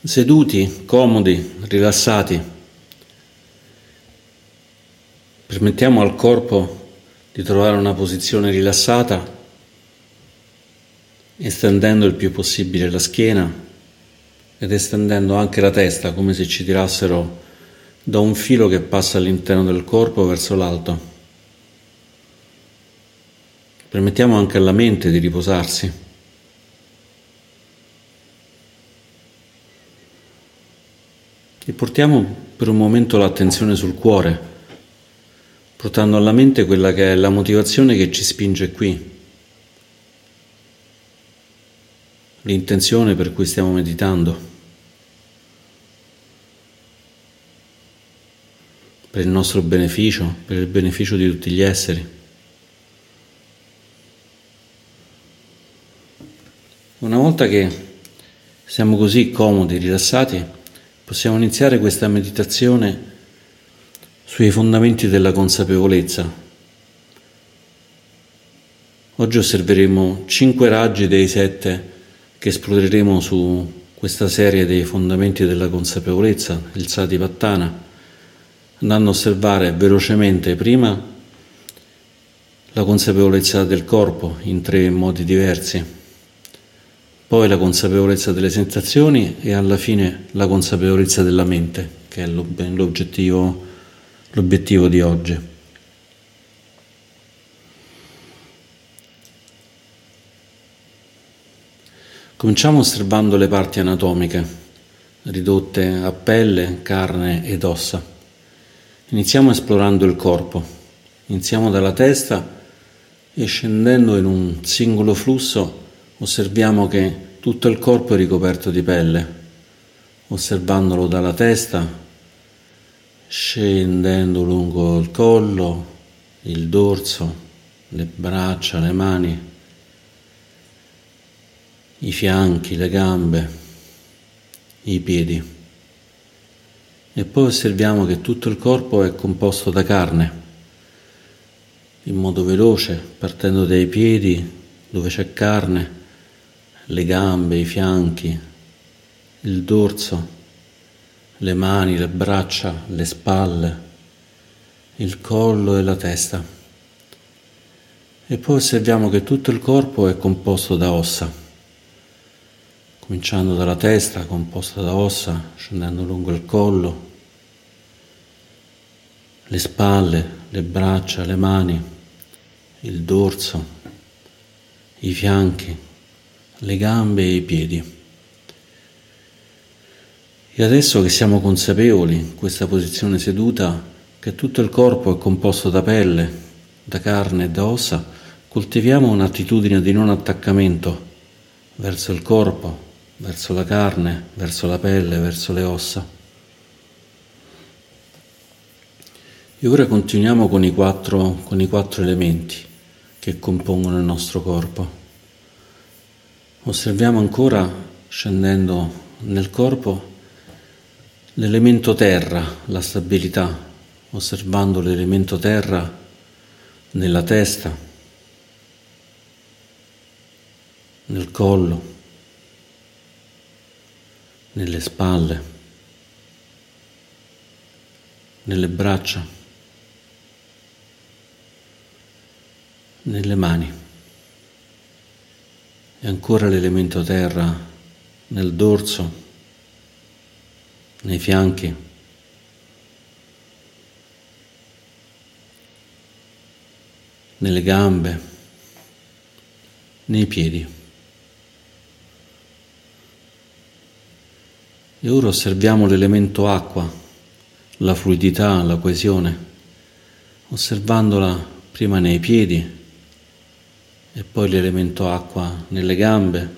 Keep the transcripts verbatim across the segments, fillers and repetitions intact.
Seduti, comodi, rilassati, permettiamo al corpo di trovare una posizione rilassata, estendendo il più possibile la schiena ed estendendo anche la testa, come se ci tirassero da un filo che passa all'interno del corpo verso l'alto. Permettiamo anche alla mente di riposarsi. E portiamo per un momento l'attenzione sul cuore, portando alla mente quella che è la motivazione che ci spinge qui, l'intenzione per cui stiamo meditando, per il nostro beneficio, per il beneficio di tutti gli esseri. Una volta che siamo così comodi, rilassati, possiamo iniziare questa meditazione sui fondamenti della consapevolezza. Oggi osserveremo cinque raggi dei sette che esploreremo su questa serie dei fondamenti della consapevolezza, il Satipatthana, andando a osservare velocemente prima la consapevolezza del corpo in tre modi diversi, poi la consapevolezza delle sensazioni e alla fine la consapevolezza della mente, che è l'obiettivo, l'obiettivo di oggi. Cominciamo osservando le parti anatomiche, ridotte a pelle, carne ed ossa. Iniziamo esplorando il corpo. Iniziamo dalla testa e scendendo in un singolo flusso osserviamo che tutto il corpo è ricoperto di pelle, osservandolo dalla testa, scendendo lungo il collo, il dorso, le braccia, le mani, i fianchi, le gambe, i piedi. E poi osserviamo che tutto il corpo è composto da carne, in modo veloce, partendo dai piedi dove c'è carne, le gambe, i fianchi, il dorso, le mani, le braccia, le spalle, il collo e la testa. E poi osserviamo che tutto il corpo è composto da ossa, cominciando dalla testa, composta da ossa, scendendo lungo il collo, le spalle, le braccia, le mani, il dorso, i fianchi, le gambe e i piedi. E adesso che siamo consapevoli in questa posizione seduta che tutto il corpo è composto da pelle, da carne e da ossa, coltiviamo un'attitudine di non attaccamento verso il corpo, verso la carne, verso la pelle, verso le ossa. E ora continuiamo con i quattro, con i quattro elementi che compongono il nostro corpo. Osserviamo ancora, scendendo nel corpo, l'elemento terra, la stabilità, osservando l'elemento terra nella testa, nel collo, nelle spalle, nelle braccia, nelle mani. E ancora l'elemento terra nel dorso, nei fianchi, nelle gambe, nei piedi. E ora osserviamo l'elemento acqua, la fluidità, la coesione, osservandola prima nei piedi e poi l'elemento acqua nelle gambe,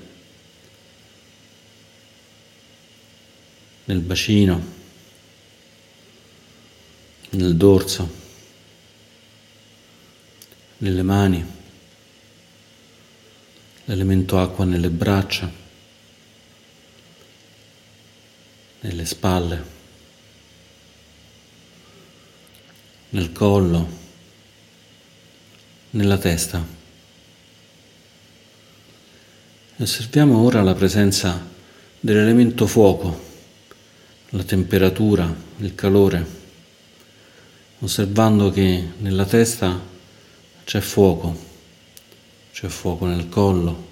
nel bacino, nel dorso, nelle mani, l'elemento acqua nelle braccia, nelle spalle, nel collo, nella testa. E osserviamo ora la presenza dell'elemento fuoco la temperatura, il calore, osservando che nella testa c'è fuoco, c'è fuoco nel collo,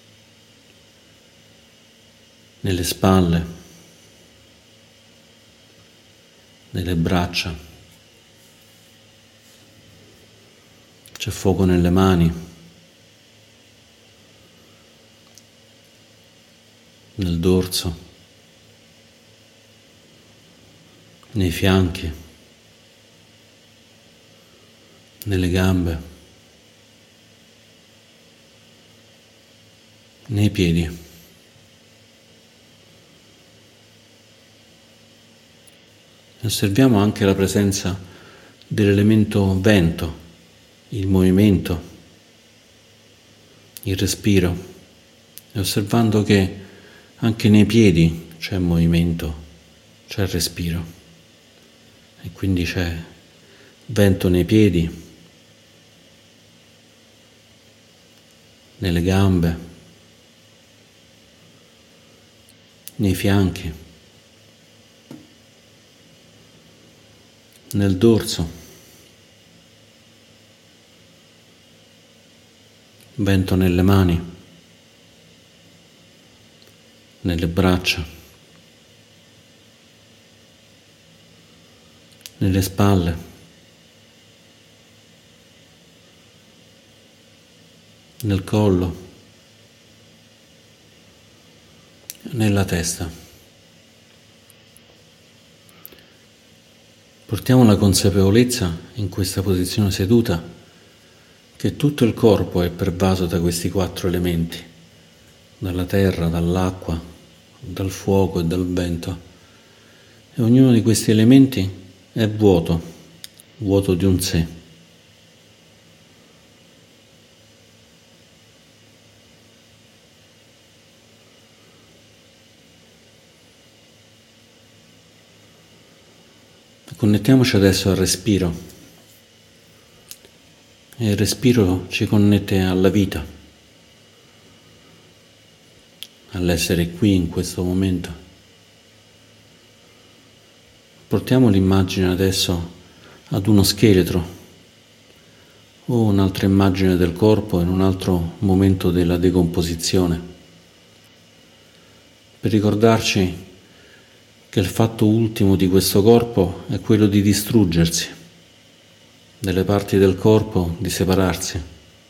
nelle spalle, nelle braccia, c'è fuoco nelle mani, nel dorso, nei fianchi, nelle gambe, nei piedi. Osserviamo anche la presenza dell'elemento vento, il movimento, il respiro, e osservando che anche nei piedi c'è movimento, c'è respiro, e quindi c'è vento nei piedi, nelle gambe, nei fianchi, nel dorso, vento nelle mani, nelle braccia, nelle spalle, nel collo, nella testa. Portiamo la consapevolezza in questa posizione seduta che tutto il corpo è pervaso da questi quattro elementi, dalla terra, dall'acqua, dal fuoco e dal vento, e ognuno di questi elementi è vuoto, vuoto di un sé. Connettiamoci adesso al respiro, e il respiro ci connette alla vita, all'essere qui in questo momento. Portiamo l'immagine adesso ad uno scheletro o un'altra immagine del corpo in un altro momento della decomposizione, per ricordarci che il fatto ultimo di questo corpo è quello di distruggersi, delle parti del corpo di separarsi.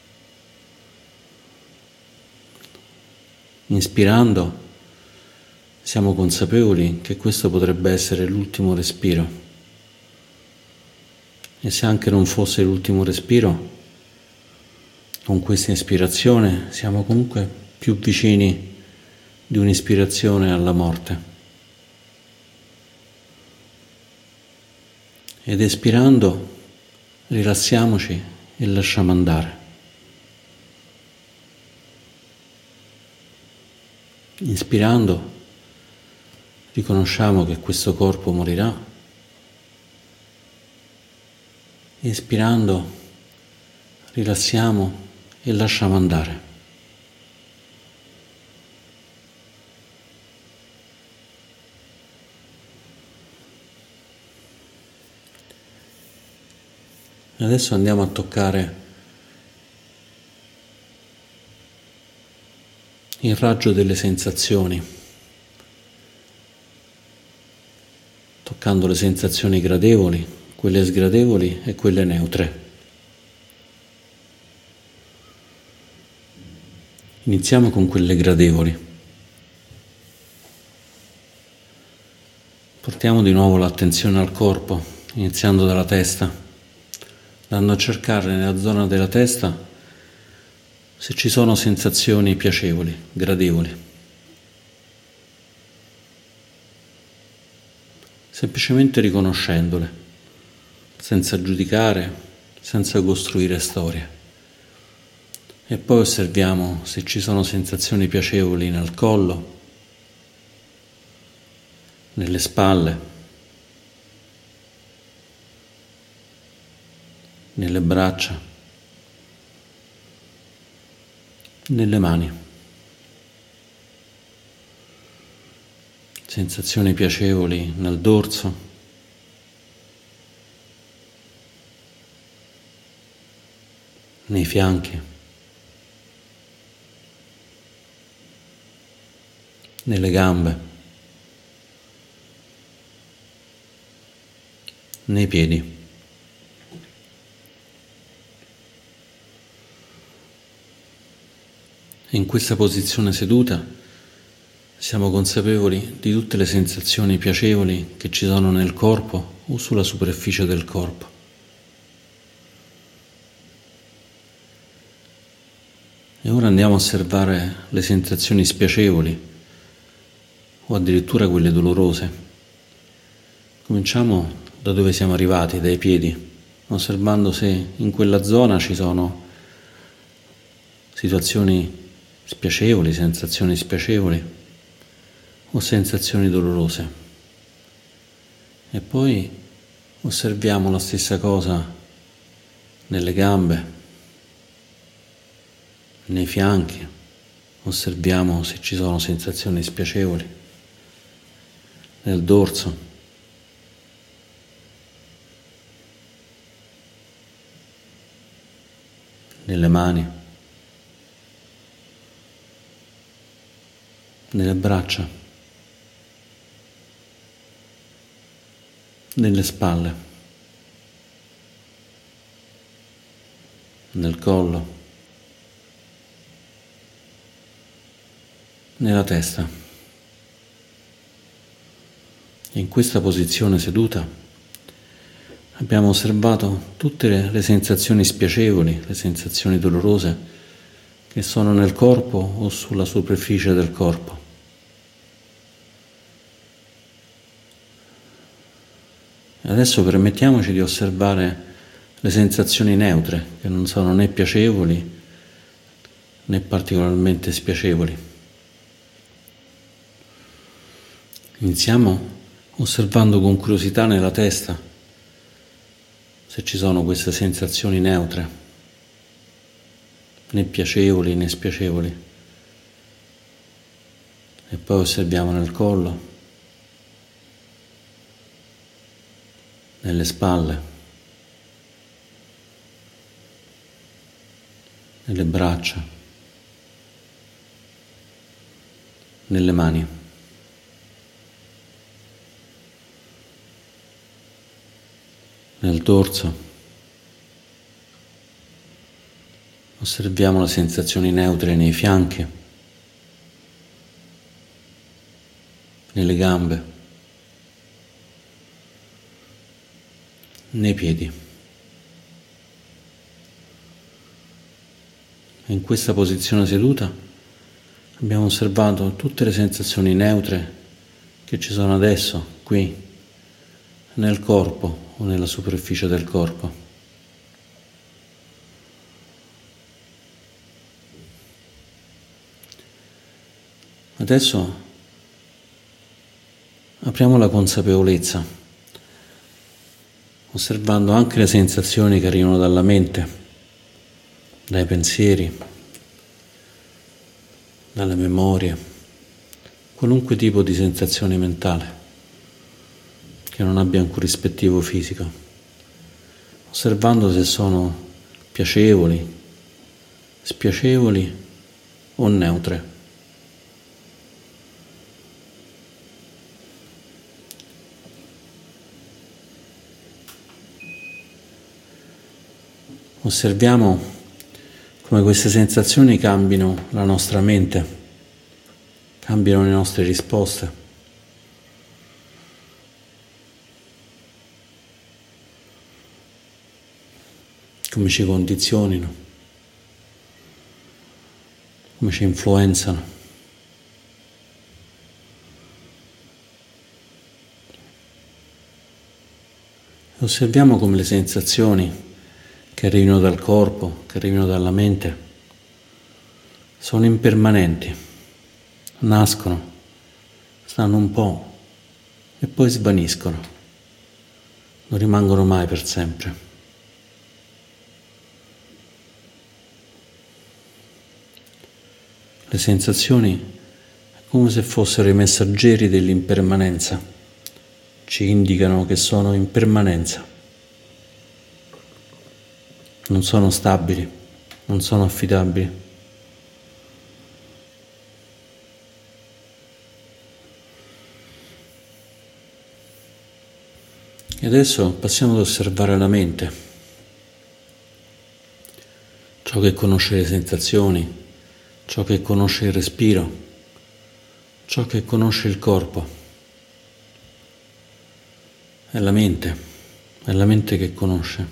Inspirando, siamo consapevoli che questo potrebbe essere l'ultimo respiro. E se anche non fosse l'ultimo respiro, con questa ispirazione siamo comunque più vicini di un'ispirazione alla morte. Ed espirando rilassiamoci e lasciamo andare. Inspirando riconosciamo che questo corpo morirà. Espirando rilassiamo e lasciamo andare. Adesso andiamo a toccare il raggio delle sensazioni, toccando le sensazioni gradevoli, quelle sgradevoli e quelle neutre. Iniziamo con quelle gradevoli. Portiamo di nuovo l'attenzione al corpo, iniziando dalla testa, andando a cercare nella zona della testa se ci sono sensazioni piacevoli, gradevoli. Semplicemente riconoscendole, senza giudicare, senza costruire storie. E poi osserviamo se ci sono sensazioni piacevoli nel collo, nelle spalle, nelle braccia, nelle mani. sensazioni piacevoli nel dorso, nei fianchi, nelle gambe, nei piedi. In questa posizione seduta siamo consapevoli di tutte le sensazioni piacevoli che ci sono nel corpo o sulla superficie del corpo. E ora andiamo a osservare le sensazioni spiacevoli o addirittura quelle dolorose. Cominciamo da dove siamo arrivati, dai piedi, osservando se in quella zona ci sono situazioni spiacevoli, sensazioni spiacevoli o sensazioni dolorose. E poi osserviamo la stessa cosa nelle gambe, nei fianchi, osserviamo se ci sono sensazioni spiacevoli nel dorso, nelle mani, nelle braccia, nelle spalle, nel collo, nella testa. In questa posizione seduta abbiamo osservato tutte le sensazioni spiacevoli, le sensazioni dolorose che sono nel corpo o sulla superficie del corpo. Adesso permettiamoci di osservare le sensazioni neutre, che non sono né piacevoli né particolarmente spiacevoli. Iniziamo osservando con curiosità nella testa se ci sono queste sensazioni neutre, né piacevoli né spiacevoli. E poi osserviamo nel collo, nelle spalle, nelle braccia, nelle mani. Nel dorso. Osserviamo le sensazioni neutre nei fianchi, nelle gambe, nei piedi. In questa posizione seduta abbiamo osservato tutte le sensazioni neutre che ci sono adesso, qui, nel corpo o nella superficie del corpo. Adesso apriamo la consapevolezza, osservando anche le sensazioni che arrivano dalla mente, dai pensieri, dalle memorie, qualunque tipo di sensazione mentale che non abbia un corrispettivo fisico, osservando se sono piacevoli, spiacevoli o neutre. Osserviamo come queste sensazioni cambino la nostra mente, cambiano le nostre risposte. Come ci condizionino, come ci influenzano. E osserviamo come le sensazioni che arrivino dal corpo, che arrivino dalla mente, sono impermanenti, nascono, stanno un po' e poi svaniscono, non rimangono mai per sempre. Le sensazioni come se fossero i messaggeri dell'impermanenza, ci indicano che sono in permanenza, non sono stabili, non sono affidabili. E adesso passiamo ad osservare la mente, ciò che conosce le sensazioni, ciò che conosce il respiro, ciò che conosce il corpo. È la mente, è la mente che conosce.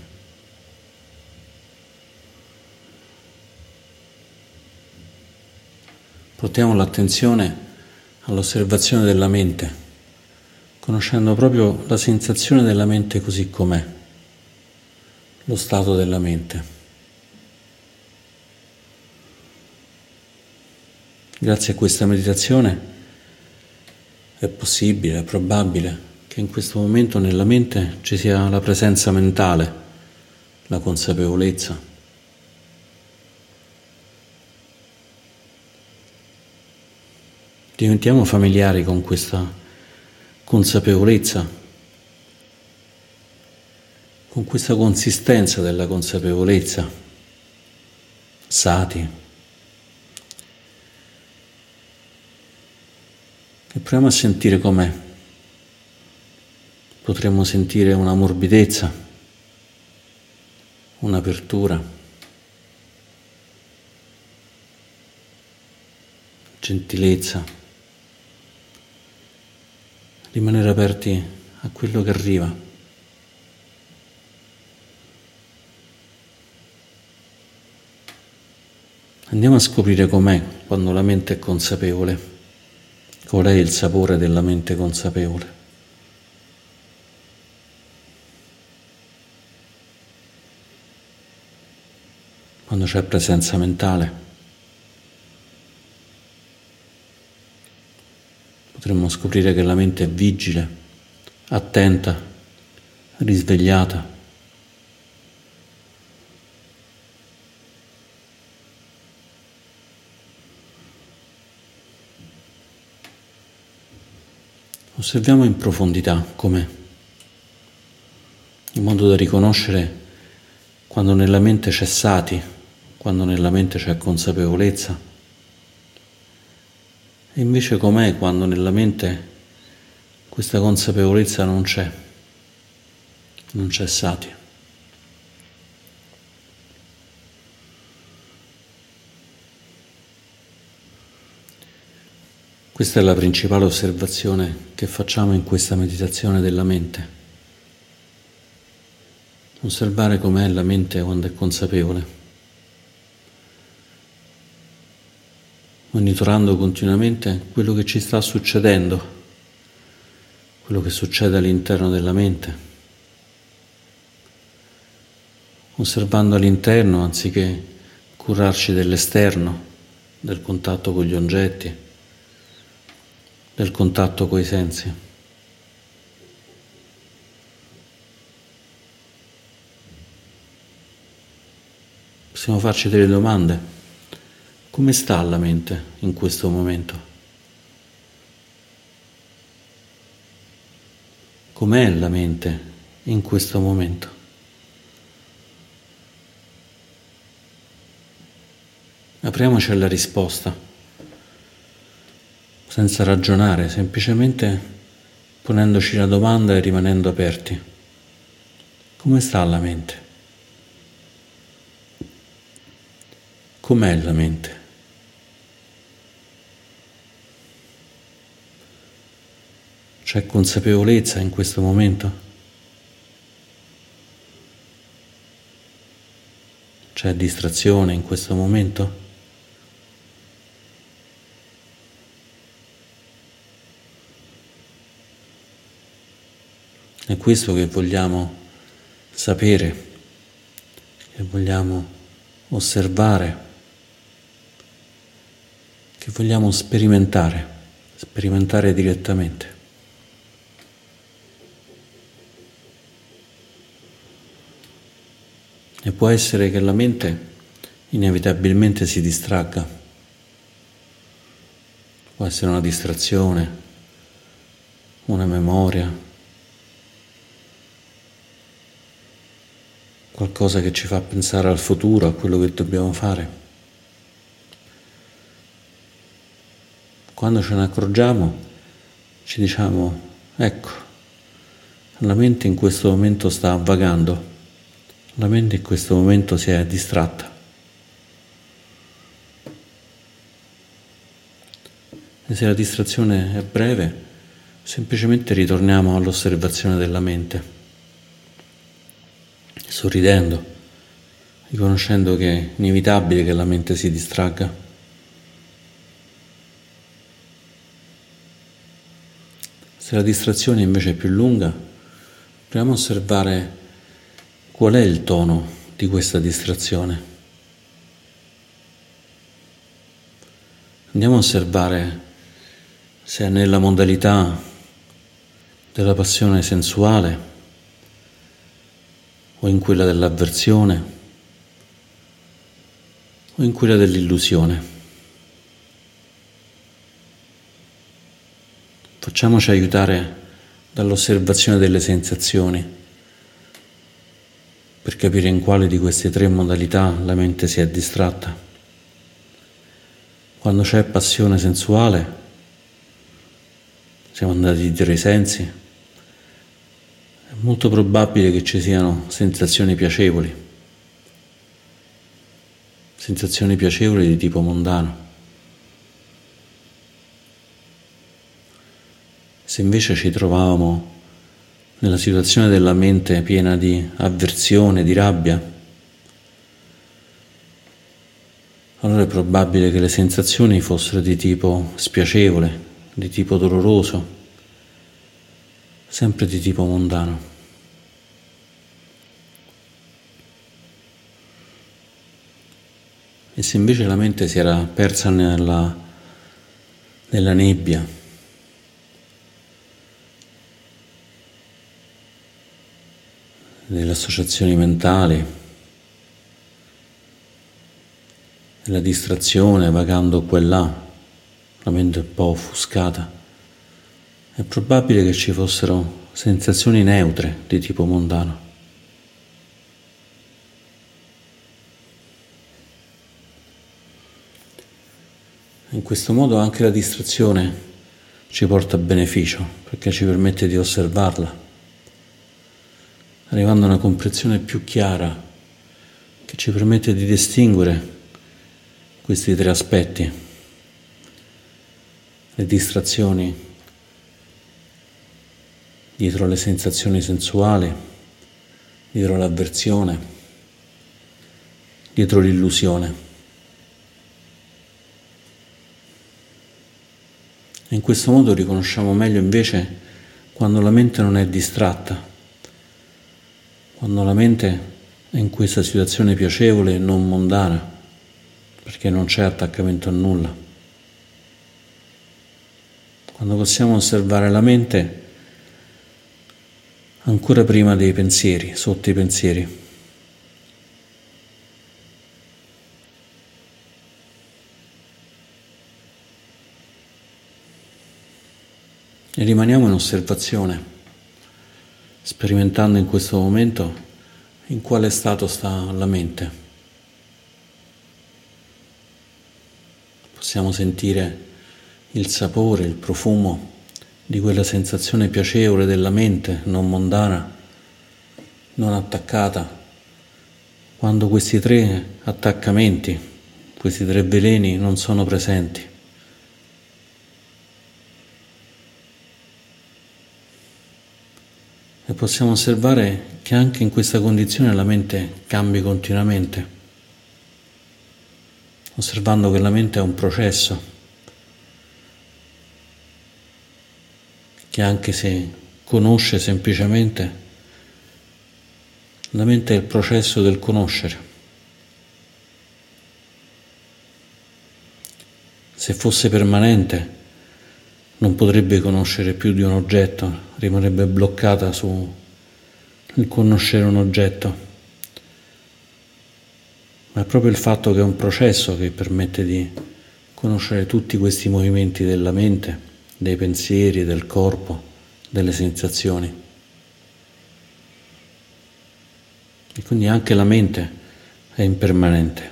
Portiamo l'attenzione all'osservazione della mente, conoscendo proprio la sensazione della mente così com'è, lo stato della mente. Grazie a questa meditazione è possibile, è probabile che in questo momento nella mente ci sia la presenza mentale, la consapevolezza. Diventiamo familiari con questa consapevolezza, con questa consistenza della consapevolezza, sati, e proviamo a sentire com'è. Potremmo sentire una morbidezza, un'apertura, gentilezza. Rimanere aperti a quello che arriva. Andiamo a scoprire com'è quando la mente è consapevole, qual è il sapore della mente consapevole. Quando c'è presenza mentale, potremmo scoprire che la mente è vigile, attenta, risvegliata. Osserviamo in profondità com'è, in modo da riconoscere quando nella mente c'è sati, quando nella mente c'è consapevolezza. E invece com'è quando nella mente questa consapevolezza non c'è, non c'è sati. Questa è la principale osservazione che facciamo in questa meditazione della mente. Osservare com'è la mente quando è consapevole, monitorando continuamente quello che ci sta succedendo, quello che succede all'interno della mente, osservando all'interno anziché curarci dell'esterno, del contatto con gli oggetti, del contatto coi sensi. Possiamo farci delle domande. Come sta la mente in questo momento? Com'è la mente in questo momento? Apriamoci alla risposta, senza ragionare, semplicemente ponendoci la domanda e rimanendo aperti. Come sta la mente? Com'è la mente? C'è consapevolezza in questo momento? C'è distrazione in questo momento? È questo che vogliamo sapere, che vogliamo osservare, che vogliamo sperimentare, sperimentare direttamente. E può essere che la mente inevitabilmente si distragga, può essere una distrazione, una memoria, qualcosa che ci fa pensare al futuro, a quello che dobbiamo fare. Quando ce ne accorgiamo, ci diciamo, ecco, la mente in questo momento sta vagando, la mente in questo momento si è distratta. E se la distrazione è breve, semplicemente ritorniamo all'osservazione della mente, sorridendo, riconoscendo che è inevitabile che la mente si distragga. Se la distrazione invece è più lunga, proviamo a osservare qual è il tono di questa distrazione. Andiamo a osservare se è nella modalità della passione sensuale o in quella dell'avversione o in quella dell'illusione. Facciamoci aiutare dall'osservazione delle sensazioni per capire in quale di queste tre modalità la mente si è distratta. Quando c'è passione sensuale, siamo andati dietro i sensi, è molto probabile che ci siano sensazioni piacevoli, sensazioni piacevoli di tipo mondano. Se invece ci trovavamo nella situazione della mente piena di avversione, di rabbia, allora è probabile che le sensazioni fossero di tipo spiacevole, di tipo doloroso, sempre di tipo mondano. E se invece la mente si era persa nella, nella nebbia, nelle associazioni mentali, nella distrazione, vagando qua e là, la mente un po' offuscata, è probabile che ci fossero sensazioni neutre di tipo mondano. In questo modo anche la distrazione ci porta beneficio, perché ci permette di osservarla, arrivando a una comprensione più chiara che ci permette di distinguere questi tre aspetti: le distrazioni dietro le sensazioni sensuali, dietro l'avversione, dietro l'illusione. E in questo modo riconosciamo meglio invece quando la mente non è distratta, quando la mente è in questa situazione piacevole e non mondana, perché non c'è attaccamento a nulla. Quando possiamo osservare la mente ancora prima dei pensieri, sotto i pensieri. E rimaniamo in osservazione, sperimentando in questo momento in quale stato sta la mente. Possiamo sentire il sapore, il profumo di quella sensazione piacevole della mente, non mondana, non attaccata. Quando questi tre attaccamenti, questi tre veleni non sono presenti. E possiamo osservare che anche in questa condizione la mente cambia continuamente, osservando che la mente è un processo, che anche se conosce semplicemente, la mente è il processo del conoscere. Se fosse permanente, non potrebbe conoscere più di un oggetto, rimarrebbe bloccata sul conoscere un oggetto. Ma è proprio il fatto che è un processo che permette di conoscere tutti questi movimenti della mente, dei pensieri, del corpo, delle sensazioni. E quindi anche la mente è impermanente.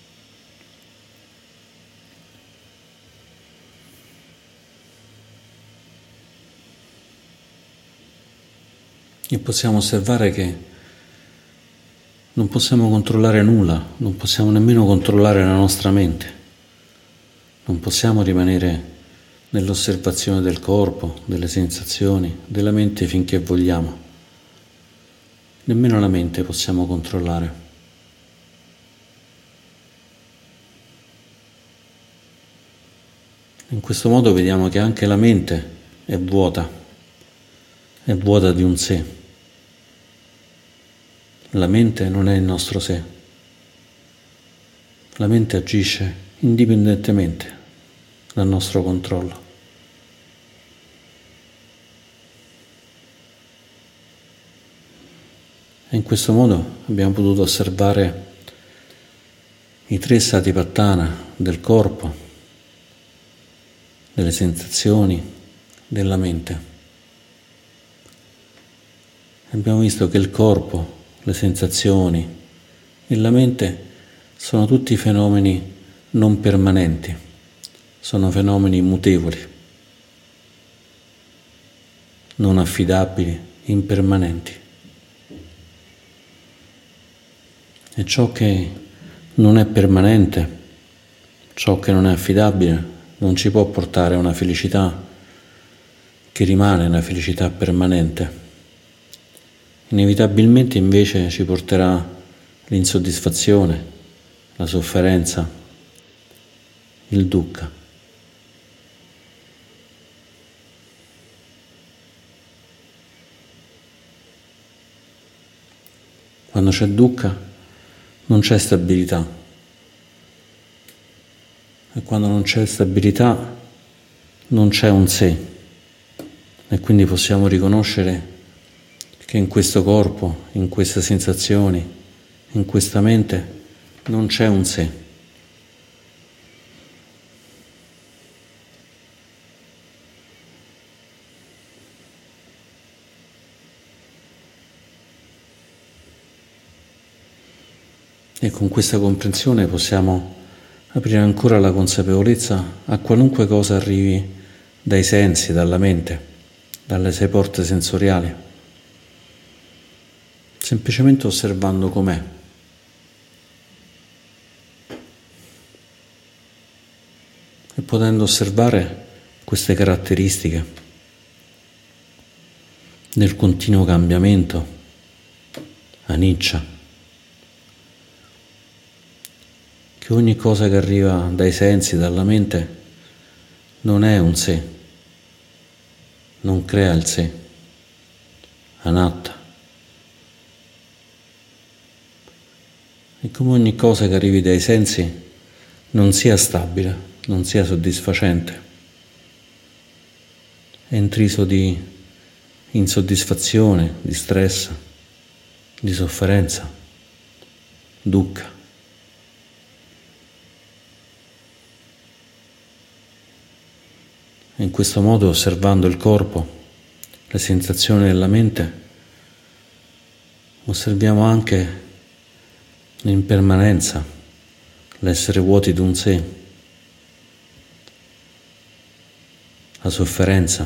E possiamo osservare che non possiamo controllare nulla, non possiamo nemmeno controllare la nostra mente. Non possiamo rimanere nell'osservazione del corpo, delle sensazioni, della mente finché vogliamo. Nemmeno la mente possiamo controllare. In questo modo vediamo che anche la mente è vuota, è vuota di un sé. La mente non è il nostro sé. La mente agisce indipendentemente dal nostro controllo. E in questo modo abbiamo potuto osservare i tre satipatthana del corpo, delle sensazioni, della mente. Abbiamo visto che il corpo, le sensazioni e la mente sono tutti fenomeni non permanenti, sono fenomeni mutevoli, non affidabili, impermanenti. E ciò che non è permanente, ciò che non è affidabile, non ci può portare a una felicità che rimane una felicità permanente. Inevitabilmente invece ci porterà l'insoddisfazione, la sofferenza, il dukkha. Quando c'è dukkha non c'è stabilità, e quando non c'è stabilità non c'è un sé, e quindi possiamo riconoscere che in questo corpo, in queste sensazioni, in questa mente non c'è un sé. E con questa comprensione possiamo aprire ancora la consapevolezza a qualunque cosa arrivi dai sensi, dalla mente, dalle sei porte sensoriali. Semplicemente osservando com'è. E potendo osservare queste caratteristiche nel continuo cambiamento, anicca, che ogni cosa che arriva dai sensi, dalla mente, non è un sé, non crea il sé, anatta. E come ogni cosa che arrivi dai sensi non sia stabile, non sia soddisfacente, è intriso di insoddisfazione, di stress, di sofferenza, dukkha. E in questo modo, osservando il corpo, le sensazioni della mente, osserviamo anche l'impermanenza, l'essere vuoti di un sé, la sofferenza,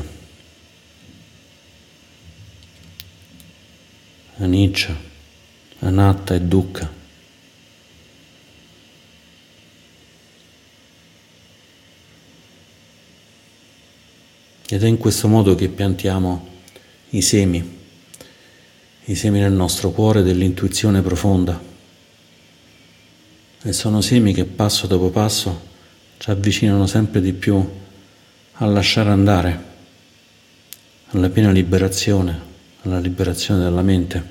anicca, anatta e dukkha. Ed è in questo modo che piantiamo i semi, i semi nel nostro cuore dell'intuizione profonda. E sono semi che passo dopo passo ci avvicinano sempre di più a lasciare andare, alla piena liberazione, alla liberazione della mente.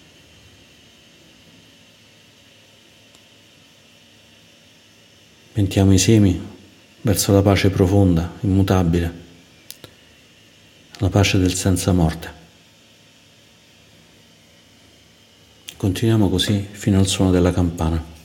Piantiamo i semi verso la pace profonda, immutabile, la pace del senza morte. Continuiamo così fino al suono della campana.